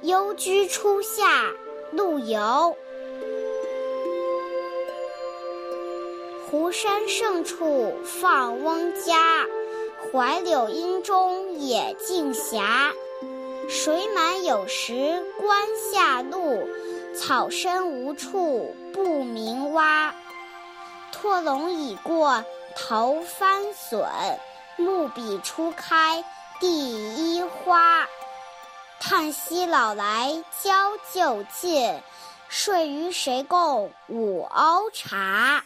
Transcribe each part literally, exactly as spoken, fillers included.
幽居初夏，陆游。湖山胜处放翁家，槐柳阴中野径斜。水满有时关下路，草深无处不鸣蛙。拓笼已过头翻笋，木笔初开第一花。叹息老来交就近，睡与谁共五瓯茶。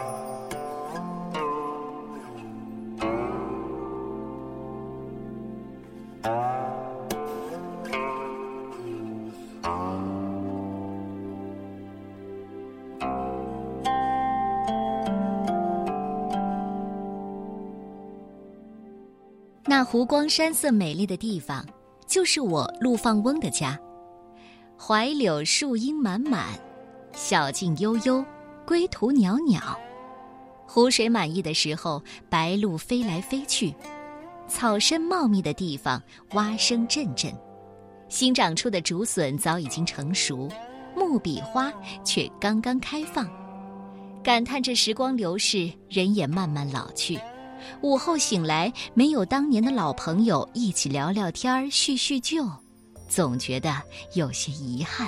那湖光山色美丽的地方，就是我陆放翁的家。槐柳树荫满满，小径悠悠，归途袅袅。湖水满溢的时候，白鹭飞来飞去，草深茂密的地方，蛙声阵阵。新长出的竹笋早已经成熟，木笔花却刚刚开放。感叹这时光流逝，人也慢慢老去。午后醒来，没有当年的老朋友一起聊聊天叙叙旧，总觉得有些遗憾。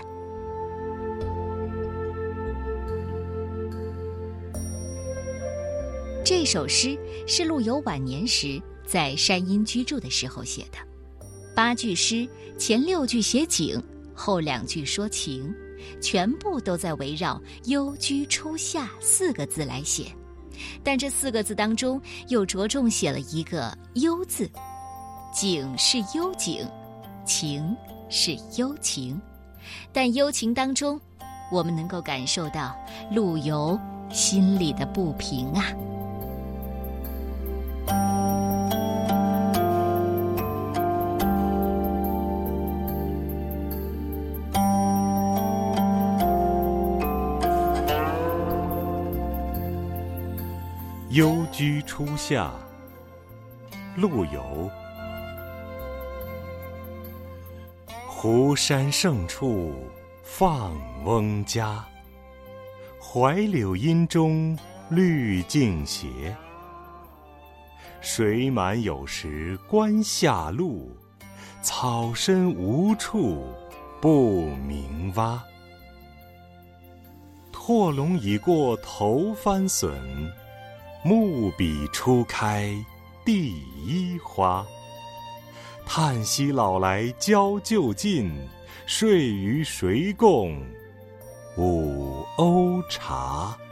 这首诗是陆游晚年时在山阴居住的时候写的。八句诗，前六句写景，后两句说情，全部都在围绕幽居初夏四个字来写。但这四个字当中又着重写了一个幽字，景是幽景，情是幽情，但幽情当中我们能够感受到陆游心里的不平啊。 幽居初夏，陆游。湖山胜处放翁家，槐柳阴中绿径斜。水满有时关下路，草深无处不鸣蛙。拓笼已过头翻笋，木笔初开第一花。叹息老来交就近，睡与谁共五瓯茶。